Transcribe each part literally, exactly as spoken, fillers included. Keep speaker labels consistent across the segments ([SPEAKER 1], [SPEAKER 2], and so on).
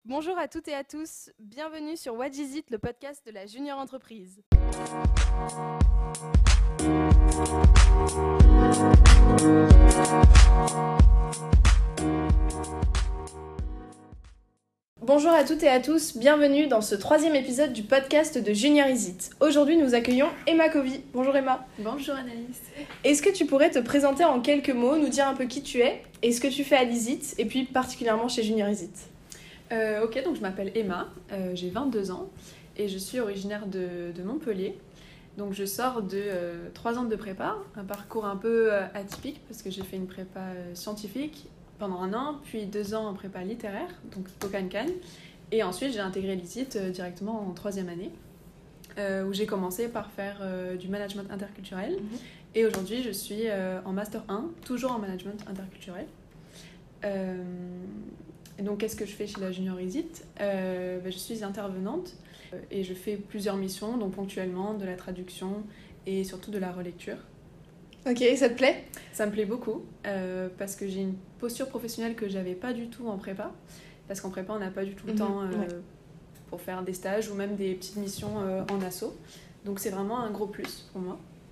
[SPEAKER 1] Bonjour à toutes et à tous, bienvenue sur What Is It, le podcast de la junior entreprise. Bonjour à toutes et à tous, bienvenue dans ce troisième épisode du podcast de Junior Is It. Aujourd'hui nous accueillons Emma Covey. Bonjour Emma.
[SPEAKER 2] Bonjour Anaïs.
[SPEAKER 1] Est-ce que tu pourrais te présenter en quelques mots, nous dire un peu qui tu es et ce que tu fais à l'Is It et puis particulièrement chez Junior Is It?
[SPEAKER 2] Euh, ok, donc je m'appelle Emma, euh, j'ai vingt-deux ans et je suis originaire de, de Montpellier. Donc je sors de euh, trois ans de prépa, un parcours un peu euh, atypique parce que j'ai fait une prépa euh, scientifique pendant un an, puis deux ans en prépa littéraire, donc au Cannes. Et ensuite j'ai intégré l'I T euh, directement en troisième année, euh, où j'ai commencé par faire euh, du management interculturel. Mm-hmm. Et aujourd'hui je suis euh, en master un, toujours en management interculturel. Euh, Et donc, qu'est-ce que je fais chez la Junior Is It ? euh, ben, Je suis intervenante et je fais plusieurs missions, donc ponctuellement de la traduction et surtout de la relecture.
[SPEAKER 1] Ok, ça te plaît ?
[SPEAKER 2] Ça me plaît beaucoup euh, parce que j'ai une posture professionnelle que j'avais pas du tout en prépa. Parce qu'en prépa, on n'a pas du tout le mmh, temps euh, ouais. pour faire des stages ou même des petites missions euh, en asso. Donc, c'est vraiment un gros plus pour moi.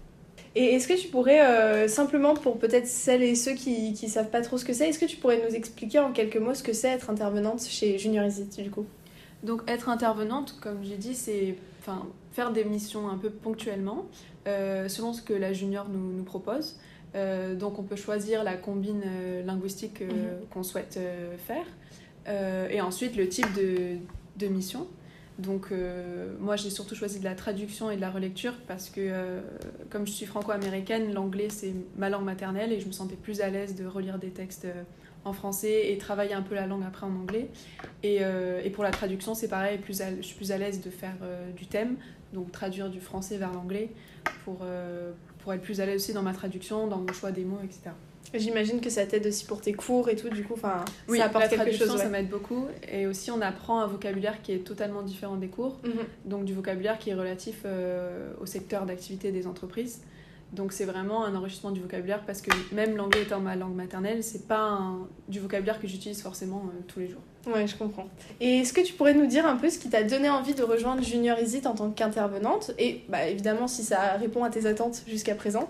[SPEAKER 1] Et est-ce que tu pourrais, euh, simplement pour peut-être celles et ceux qui ne savent pas trop ce que c'est, est-ce que tu pourrais nous expliquer en quelques mots ce que c'est être intervenante chez Junior Is It du coup ?
[SPEAKER 2] Donc être intervenante, comme j'ai dit, c'est faire des missions un peu ponctuellement, euh, selon ce que la junior nous, nous propose. Euh, donc on peut choisir la combine euh, linguistique euh, mm-hmm. qu'on souhaite euh, faire, euh, et ensuite le type de, de mission. Donc euh, moi j'ai surtout choisi de la traduction et de la relecture parce que euh, comme je suis franco-américaine, l'anglais c'est ma langue maternelle et je me sentais plus à l'aise de relire des textes euh, en français et travailler un peu la langue après en anglais. Et, euh, et pour la traduction c'est pareil, plus à, je suis plus à l'aise de faire euh, du thème, donc traduire du français vers l'anglais pour, euh, pour être plus à l'aise aussi dans ma traduction, dans mon choix des mots, et cetera.
[SPEAKER 1] J'imagine que ça t'aide aussi pour tes cours et tout, du coup, enfin,
[SPEAKER 2] oui,
[SPEAKER 1] ça apporte quelque chose.
[SPEAKER 2] Ouais. Ça m'aide beaucoup. Et aussi, on apprend un vocabulaire qui est totalement différent des cours. Mm-hmm. Donc, du vocabulaire qui est relatif euh, au secteur d'activité des entreprises. Donc, c'est vraiment un enrichissement du vocabulaire parce que même l'anglais étant ma langue maternelle, c'est pas un, du vocabulaire que j'utilise forcément euh, tous les jours.
[SPEAKER 1] Ouais, je comprends. Et est-ce que tu pourrais nous dire un peu ce qui t'a donné envie de rejoindre Junior Is It en tant qu'intervenante ? Et bah, évidemment, si ça répond à tes attentes jusqu'à présent.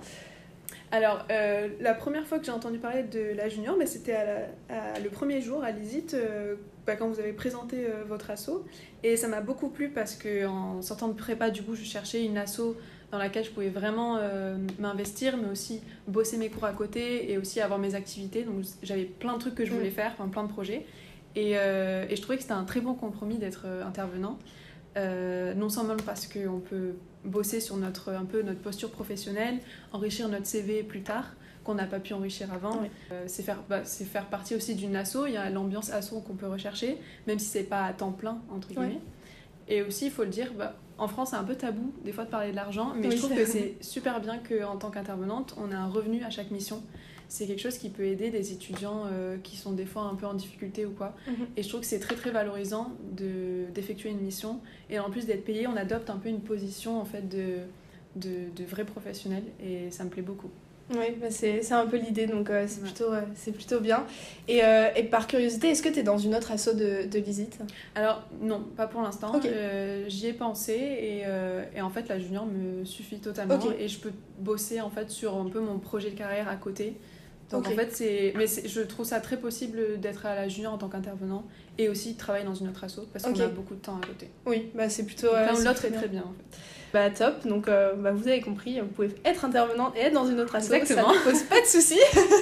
[SPEAKER 2] Alors, euh, la première fois que j'ai entendu parler de la junior, bah, c'était à la, à, le premier jour à l'I S I T, euh, bah, quand vous avez présenté euh, votre asso. Et ça m'a beaucoup plu parce qu'en sortant de prépa, du coup, je cherchais une asso dans laquelle je pouvais vraiment euh, m'investir, mais aussi bosser mes cours à côté et aussi avoir mes activités. Donc, j'avais plein de trucs que je voulais faire, enfin, plein de projets. Et, euh, et je trouvais que c'était un très bon compromis d'être euh, intervenant. Euh, non seulement parce qu'on peut bosser sur notre, un peu notre posture professionnelle, enrichir notre C V plus tard, qu'on n'a pas pu enrichir avant. Oui. Euh, c'est, faire, bah, c'est faire partie aussi d'une asso, il y a l'ambiance asso qu'on peut rechercher, même si c'est pas à temps plein, entre guillemets. Oui. Et aussi, il faut le dire, bah, en France, c'est un peu tabou, des fois, de parler de l'argent, mais oui, je trouve c'est... que c'est super bien qu'en tant qu'intervenante, on a un revenu à chaque mission. C'est quelque chose qui peut aider des étudiants euh, qui sont des fois un peu en difficulté ou quoi. Mm-hmm. Et je trouve que c'est très très valorisant de, d'effectuer une mission. Et en plus d'être payé, on adopte un peu une position en fait de, de, de vrai professionnel. Et ça me plaît beaucoup.
[SPEAKER 1] Oui, bah c'est, c'est un peu l'idée, donc euh, c'est, ouais. plutôt, euh, c'est plutôt bien. Et, euh, et par curiosité, est-ce que tu es dans une autre asso de, de l'I S I T ?
[SPEAKER 2] Alors non, pas pour l'instant.
[SPEAKER 1] Okay.
[SPEAKER 2] Euh, j'y ai pensé et, euh, et en fait la junior me suffit totalement. Okay. Et je peux bosser en fait sur un peu mon projet de carrière à côté. Donc okay. en fait, c'est... Mais c'est... je trouve ça très possible d'être à la junior en tant qu'intervenant et aussi de travailler dans une autre asso parce okay. qu'on a beaucoup de temps à côté.
[SPEAKER 1] Oui, bah c'est plutôt...
[SPEAKER 2] L'un
[SPEAKER 1] euh,
[SPEAKER 2] ou l'autre est très bien en fait.
[SPEAKER 1] Bah top, donc euh, bah, vous avez compris, vous pouvez être intervenante et être dans une autre asso,
[SPEAKER 2] exactement.
[SPEAKER 1] Ça ne pose pas de soucis.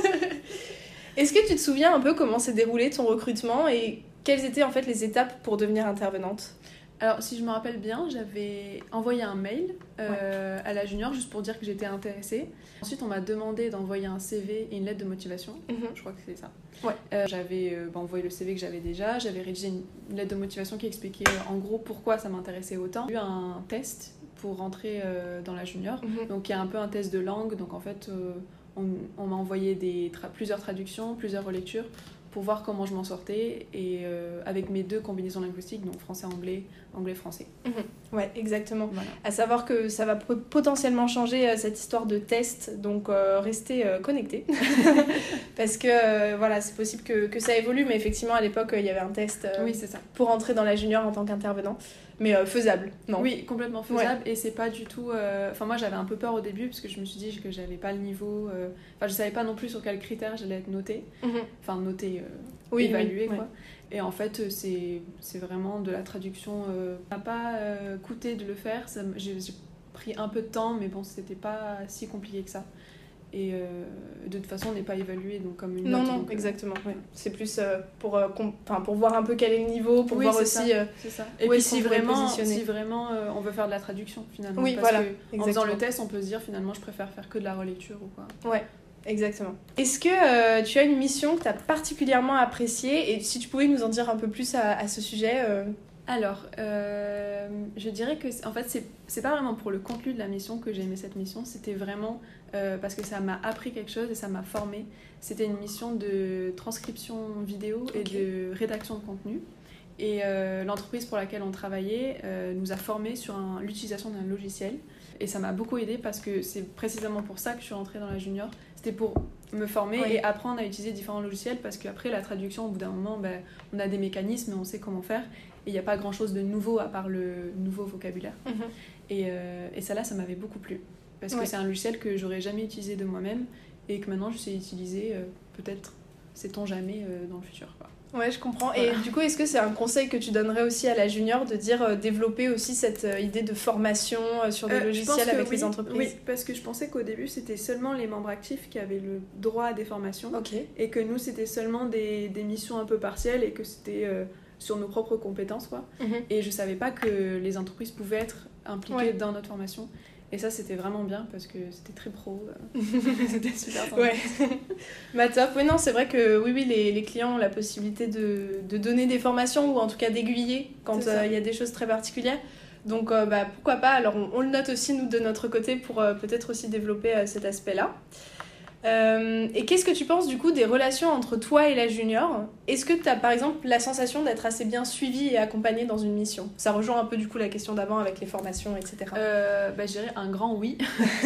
[SPEAKER 1] Est-ce que tu te souviens un peu comment s'est déroulé ton recrutement et quelles étaient en fait les étapes pour devenir intervenante ?
[SPEAKER 2] Alors, si je me rappelle bien, j'avais envoyé un mail euh, ouais. à la junior juste pour dire que j'étais intéressée. Ensuite, on m'a demandé d'envoyer un C V et une lettre de motivation. Mm-hmm. Je crois que c'est ça.
[SPEAKER 1] Ouais.
[SPEAKER 2] Euh, j'avais euh, bah, envoyé le C V que j'avais déjà. J'avais rédigé une, une lettre de motivation qui expliquait euh, en gros pourquoi ça m'intéressait autant. J'ai eu un test pour rentrer euh, dans la junior. Mm-hmm. Donc, il y a un peu un test de langue. Donc, en fait, euh, on, on m'a envoyé des tra- plusieurs traductions, plusieurs relectures pour voir comment je m'en sortais, et euh, avec mes deux combinaisons linguistiques, donc français-anglais, anglais-français.
[SPEAKER 1] Mmh. Ouais, exactement.
[SPEAKER 2] Voilà.
[SPEAKER 1] À savoir que ça va p- potentiellement changer euh, cette histoire de test, donc euh, restez euh, connectés. Parce que euh, voilà, c'est possible que, que ça évolue, mais effectivement, à l'époque, euh, il y avait un test euh,
[SPEAKER 2] Oui, c'est ça.
[SPEAKER 1] pour entrer dans la junior en tant qu'intervenant. Mais euh, faisable, non?
[SPEAKER 2] Oui, complètement faisable, ouais. Et c'est pas du tout... Euh... Enfin, moi, j'avais un peu peur au début, parce que je me suis dit que j'avais pas le niveau... Euh... Enfin, je savais pas non plus sur quels critères j'allais être notée. Mmh. Enfin, notée, euh, oui, évaluée, oui, quoi. Ouais. Et en fait, c'est, c'est vraiment de la traduction... Euh... Ça m'a pas euh, coûté de le faire. Ça, j'ai, j'ai pris un peu de temps, mais bon, c'était pas si compliqué que ça. Et euh, de toute façon, on n'est pas évalué donc comme une
[SPEAKER 1] non,
[SPEAKER 2] note.
[SPEAKER 1] Non,
[SPEAKER 2] donc,
[SPEAKER 1] exactement. Euh... Ouais. C'est plus euh, pour, euh, com- pour voir un peu quel est le niveau, pour
[SPEAKER 2] oui,
[SPEAKER 1] voir
[SPEAKER 2] c'est
[SPEAKER 1] aussi
[SPEAKER 2] ça.
[SPEAKER 1] Euh,
[SPEAKER 2] c'est ça. Et puis si vraiment, si vraiment euh, on veut faire de la traduction, finalement.
[SPEAKER 1] Oui,
[SPEAKER 2] parce
[SPEAKER 1] voilà.
[SPEAKER 2] que en faisant le test, on peut se dire finalement, je préfère faire que de la relecture ou quoi.
[SPEAKER 1] Ouais. Exactement. Est-ce que euh, tu as une mission que tu as particulièrement appréciée, et si tu pouvais nous en dire un peu plus à, à ce sujet euh...
[SPEAKER 2] Alors, euh, je dirais que en fait, c'est, c'est pas vraiment pour le contenu de la mission que j'ai aimé cette mission, c'était vraiment euh, parce que ça m'a appris quelque chose et ça m'a formée. C'était une mission de transcription vidéo et okay. de rédaction de contenu. Et euh, l'entreprise pour laquelle on travaillait euh, nous a formés sur un, l'utilisation d'un logiciel. Et ça m'a beaucoup aidée parce que c'est précisément pour ça que je suis rentrée dans la junior. C'était pour me former oui. et apprendre à utiliser différents logiciels, parce qu'après la traduction, au bout d'un moment, ben, on a des mécanismes et on sait comment faire. Et il n'y a pas grand-chose de nouveau à part le nouveau vocabulaire. Mm-hmm. Et, euh, et ça là, ça m'avait beaucoup plu. Parce ouais. que c'est un logiciel que j'aurais jamais utilisé de moi-même et que maintenant je sais utiliser, euh, peut-être, sait-on jamais, euh, dans le futur, quoi.
[SPEAKER 1] Ouais, je comprends. Voilà. Et du coup, est-ce que c'est un conseil que tu donnerais aussi à la junior de dire euh, développer aussi cette euh, idée de formation euh, sur des euh, logiciels avec
[SPEAKER 2] oui,
[SPEAKER 1] les entreprises?
[SPEAKER 2] Oui, parce que je pensais qu'au début, c'était seulement les membres actifs qui avaient le droit à des formations.
[SPEAKER 1] Okay.
[SPEAKER 2] Et que nous, c'était seulement des, des missions un peu partielles et que c'était euh, sur nos propres compétences, quoi. Mm-hmm. Et je savais pas que les entreprises pouvaient être impliquées ouais. dans notre formation. Et ça, c'était vraiment bien parce que c'était très pro. C'était super sympa.
[SPEAKER 1] Ouais. Bah top. Oui, non, c'est vrai que oui, oui, les, les clients ont la possibilité de, de donner des formations ou en tout cas d'aiguiller quand il euh, y a des choses très particulières. Donc, euh, bah, pourquoi pas. Alors, on, on le note aussi, nous, de notre côté, pour euh, peut-être aussi développer euh, cet aspect-là. Euh, et qu'est-ce que tu penses du coup des relations entre toi et la junior? Est-ce que tu as par exemple la sensation d'être assez bien suivie et accompagnée dans une mission? Ça rejoint un peu du coup la question d'avant avec les formations, et cetera.
[SPEAKER 2] Euh, bah, je dirais un grand oui.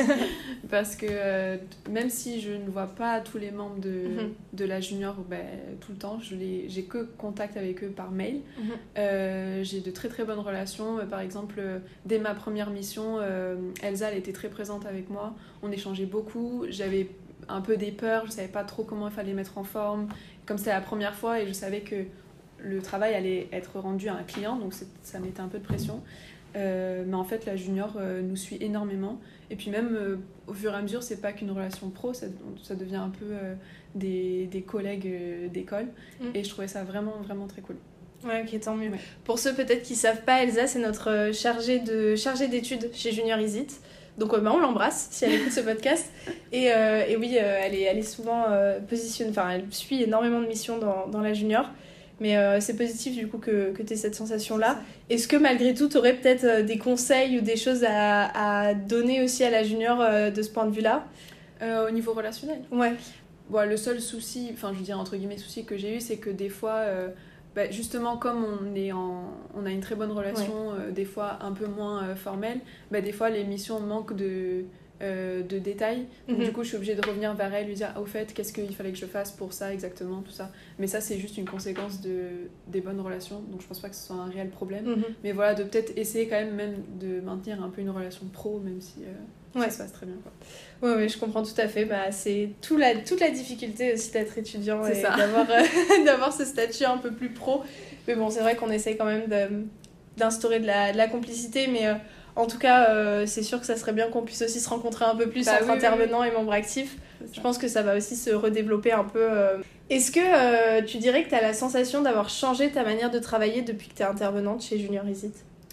[SPEAKER 2] Parce que euh, même si je ne vois pas tous les membres de, mm-hmm. de la junior bah, tout le temps, je les, j'ai que contact avec eux par mail. Mm-hmm. Euh, j'ai de très très bonnes relations. Par exemple, dès ma première mission, euh, Elsa elle était très présente avec moi. On échangeait beaucoup. J'avais un peu des peurs, je savais pas trop comment il fallait mettre en forme, comme c'était la première fois et je savais que le travail allait être rendu à un client, donc c'est, ça mettait un peu de pression, euh, mais en fait la junior euh, nous suit énormément, et puis même euh, au fur et à mesure c'est pas qu'une relation pro, ça, ça devient un peu euh, des, des collègues euh, d'école, mmh. et je trouvais ça vraiment vraiment très cool.
[SPEAKER 1] Ouais, ok, tant mieux. Ouais. Pour ceux peut-être qui savent pas, Elsa c'est notre chargée, de, chargée d'études chez Junior Isit. Donc euh, bah, on l'embrasse si elle écoute ce podcast. Et, euh, et oui, euh, elle, est, elle est souvent euh, positionnée, enfin elle suit énormément de missions dans, dans la junior. Mais euh, c'est positif du coup que, que tu aies cette sensation-là. Est-ce que malgré tout, tu aurais peut-être euh, des conseils ou des choses à, à donner aussi à la junior euh, de ce point de vue-là?
[SPEAKER 2] euh, Au niveau relationnel?
[SPEAKER 1] Ouais.
[SPEAKER 2] Bon, le seul souci, enfin je veux dire entre guillemets souci que j'ai eu, c'est que des fois... Euh, Bah justement, comme on, est en, on a une très bonne relation, ouais. euh, des fois un peu moins euh, formelle, bah des fois les missions manquent de, euh, de détails. Donc mm-hmm. du coup, je suis obligée de revenir vers elle, lui dire ah, au fait, qu'est-ce qu'il fallait que je fasse pour ça exactement, tout ça. Mais ça, c'est juste une conséquence de, des bonnes relations, donc je pense pas que ce soit un réel problème. Mm-hmm. Mais voilà, de peut-être essayer quand même, même de maintenir un peu une relation pro, même si euh, ouais. ça se passe très bien, quoi.
[SPEAKER 1] Oui, oui, je comprends tout à fait. Bah, c'est tout la, toute la difficulté aussi d'être étudiant
[SPEAKER 2] c'est
[SPEAKER 1] et
[SPEAKER 2] ça.
[SPEAKER 1] D'avoir, euh, d'avoir ce statut un peu plus pro. Mais bon, c'est vrai qu'on essaye quand même de, d'instaurer de la, de la complicité. Mais euh, en tout cas, euh, c'est sûr que ça serait bien qu'on puisse aussi se rencontrer un peu plus bah, entre oui, intervenants oui, oui. et membres actifs. Je pense que ça va aussi se redévelopper un peu. Euh... Est-ce que euh, tu dirais que tu as la sensation d'avoir changé ta manière de travailler depuis que tu es intervenante chez Junior Isit?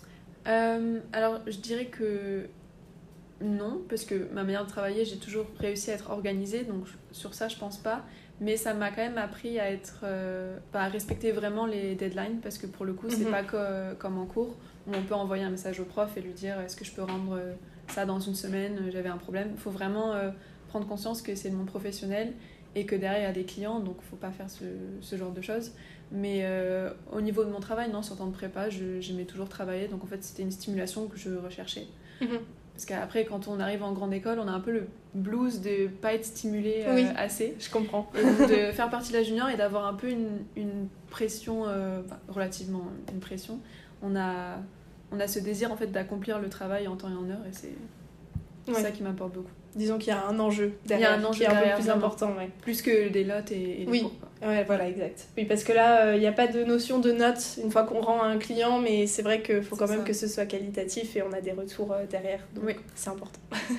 [SPEAKER 2] euh, Alors, je dirais que... Non, parce que ma manière de travailler, j'ai toujours réussi à être organisée, donc sur ça, je pense pas. Mais ça m'a quand même appris à être, euh, bah, à respecter vraiment les deadlines, parce que pour le coup, c'est mm-hmm. pas co- comme en cours où on peut envoyer un message au prof et lui dire est-ce que je peux rendre ça dans une semaine, j'avais un problème. Il faut vraiment euh, prendre conscience que c'est le monde professionnel et que derrière il y a des clients, donc faut pas faire ce, ce genre de choses. Mais euh, au niveau de mon travail, non, sur temps de prépa, je, j'aimais toujours travailler, donc en fait c'était une stimulation que je recherchais. Mmh. Parce qu'après, quand on arrive en grande école, on a un peu le blues de pas être stimulé euh,
[SPEAKER 1] oui,
[SPEAKER 2] assez.
[SPEAKER 1] Je comprends.
[SPEAKER 2] Et donc de faire partie de la junior et d'avoir un peu une, une pression, euh, enfin, relativement une pression. On a, on a ce désir en fait d'accomplir le travail en temps et en heure, et c'est, c'est ouais. ça qui m'apporte beaucoup.
[SPEAKER 1] Disons qu'il y a un enjeu derrière, il y a un enjeu qui est un peu plus important. Ouais.
[SPEAKER 2] Plus que des notes et, et des
[SPEAKER 1] oui.
[SPEAKER 2] cours. Quoi.
[SPEAKER 1] Ouais, voilà, exact. Oui, parce que là, il euh, n'y a pas de notion de notes une fois qu'on rend à un client, mais c'est vrai qu'il faut c'est quand même ça. Que ce soit qualitatif et on a des retours euh, derrière, donc oui. C'est important.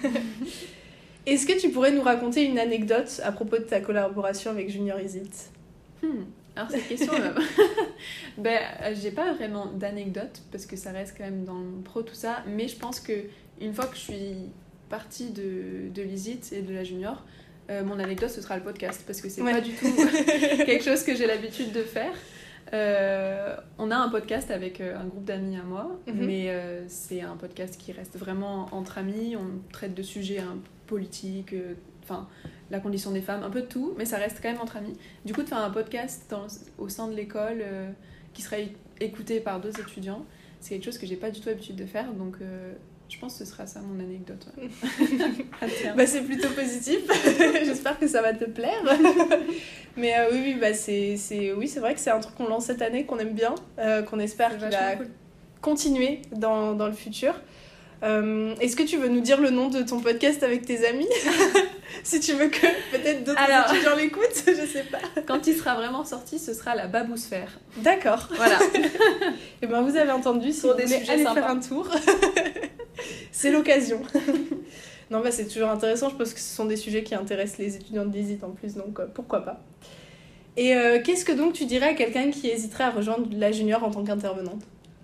[SPEAKER 1] Est-ce que tu pourrais nous raconter une anecdote à propos de ta collaboration avec Junior Isit ?
[SPEAKER 2] hmm. Alors cette question, euh, ben, j'ai pas vraiment d'anecdote parce que ça reste quand même dans le pro tout ça, mais je pense qu'une fois que je suis partie de, de l'Isit et de la Junior, euh, mon anecdote ce sera le podcast parce que c'est ouais. pas du tout quelque chose que j'ai l'habitude de faire. Euh, on a un podcast avec un groupe d'amis à moi, mm-hmm. mais euh, c'est un podcast qui reste vraiment entre amis. On traite de sujets hein, politiques, enfin euh, la condition des femmes, un peu de tout, mais ça reste quand même entre amis. Du coup, de faire un podcast dans, au sein de l'école euh, qui serait écouté par d'autres étudiants, c'est quelque chose que j'ai pas du tout l'habitude de faire, donc euh, je pense que ce sera ça mon anecdote. Ouais.
[SPEAKER 1] bah, c'est plutôt positif. J'espère que ça va te plaire. Mais euh, oui, oui, bah, c'est, c'est, oui, c'est vrai que c'est un truc qu'on lance cette année, qu'on aime bien, euh, qu'on espère qu'il va cool. continuer dans, dans le futur. Euh, est-ce que tu veux nous dire le nom de ton podcast avec tes amis ? Si tu veux que peut-être d'autres Alors, étudiants l'écoutent, je sais pas.
[SPEAKER 2] Quand il sera vraiment sorti, ce sera la Babousphère.
[SPEAKER 1] D'accord.
[SPEAKER 2] Voilà.
[SPEAKER 1] Et ben vous avez entendu, si Pour vous voulez aller sympas. Faire un tour, c'est l'occasion. Non, bah c'est toujours intéressant, je pense que ce sont des sujets qui intéressent les étudiants de l'Isit en plus, donc euh, pourquoi pas. Et euh, qu'est-ce que donc tu dirais à quelqu'un qui hésiterait à rejoindre la Junior en tant qu'intervenante ?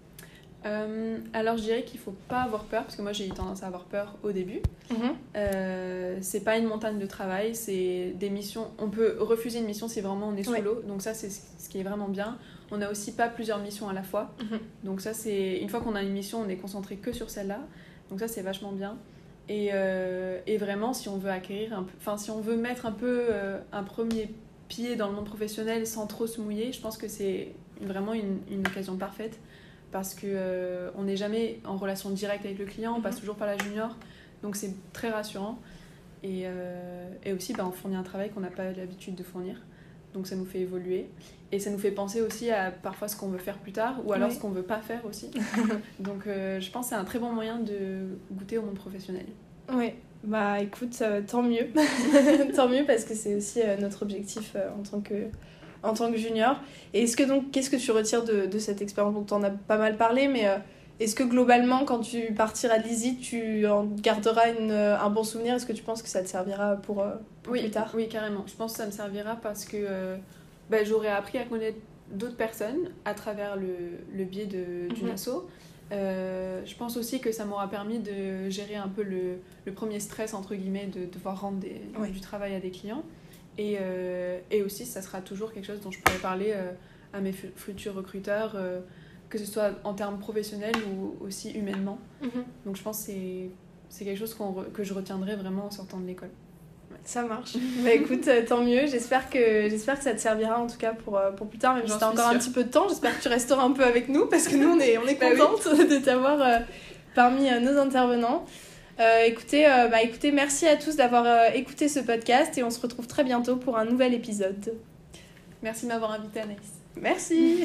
[SPEAKER 2] Euh, alors je dirais qu'il faut pas avoir peur parce que moi j'ai eu tendance à avoir peur au début. Mmh. Euh, c'est pas une montagne de travail, c'est des missions. On peut refuser une mission si vraiment on est sous ouais. l'eau, donc ça c'est ce qui est vraiment bien. On n'a aussi pas plusieurs missions à la fois, mmh. donc ça c'est une fois qu'on a une mission, on est concentré que sur celle-là, donc ça c'est vachement bien. Et, euh, et vraiment si on veut acquérir un peu, enfin si on veut mettre un peu euh, un premier pied dans le monde professionnel sans trop se mouiller, je pense que c'est vraiment une, une occasion parfaite. Parce qu'on euh, n'est jamais en relation directe avec le client, on mm-hmm. passe toujours par la junior, donc c'est très rassurant. Et, euh, et aussi, bah, on fournit un travail qu'on n'a pas l'habitude de fournir, donc ça nous fait évoluer. Et ça nous fait penser aussi à parfois ce qu'on veut faire plus tard, ou alors oui. ce qu'on ne veut pas faire aussi. Donc euh, je pense que c'est un très bon moyen de goûter au monde professionnel.
[SPEAKER 1] Oui, bah écoute, euh, tant mieux. Tant mieux parce que c'est aussi euh, notre objectif euh, en tant que... en tant que junior. Et est-ce que donc, qu'est-ce que tu retires de, de cette expérience dont tu en as pas mal parlé, mais euh, est-ce que globalement, quand tu partiras de l'Isit, tu en garderas une, un bon souvenir ? Est-ce que tu penses que ça te servira pour, euh, pour
[SPEAKER 2] oui,
[SPEAKER 1] plus tard ?
[SPEAKER 2] Oui, carrément. Je pense que ça me servira parce que euh, bah, j'aurais appris à connaître d'autres personnes à travers le, le biais de, d'une mm-hmm. asso. Euh, je pense aussi que ça m'aura permis de gérer un peu le, le premier stress, entre guillemets, de devoir rendre des, oui. du travail à des clients. Et, euh, et aussi, ça sera toujours quelque chose dont je pourrais parler euh, à mes f- futurs recruteurs, euh, que ce soit en termes professionnels ou aussi humainement. Mm-hmm. Donc je pense que c'est, c'est quelque chose qu'on re- que je retiendrai vraiment en sortant de l'école.
[SPEAKER 1] Ouais. Ça marche. Bah écoute, euh, tant mieux. J'espère que, j'espère que ça te servira en tout cas pour, euh, pour plus tard, même si t'as encore sûre. Un petit peu de temps. J'espère que tu resteras un peu avec nous parce que nous, on est, on est contente bah oui. de t'avoir euh, parmi euh, nos intervenants. Euh, écoutez, euh, bah, écoutez, merci à tous d'avoir euh, écouté ce podcast et on se retrouve très bientôt pour un nouvel épisode.
[SPEAKER 2] Merci de m'avoir invitée, Anaïs.
[SPEAKER 1] Merci.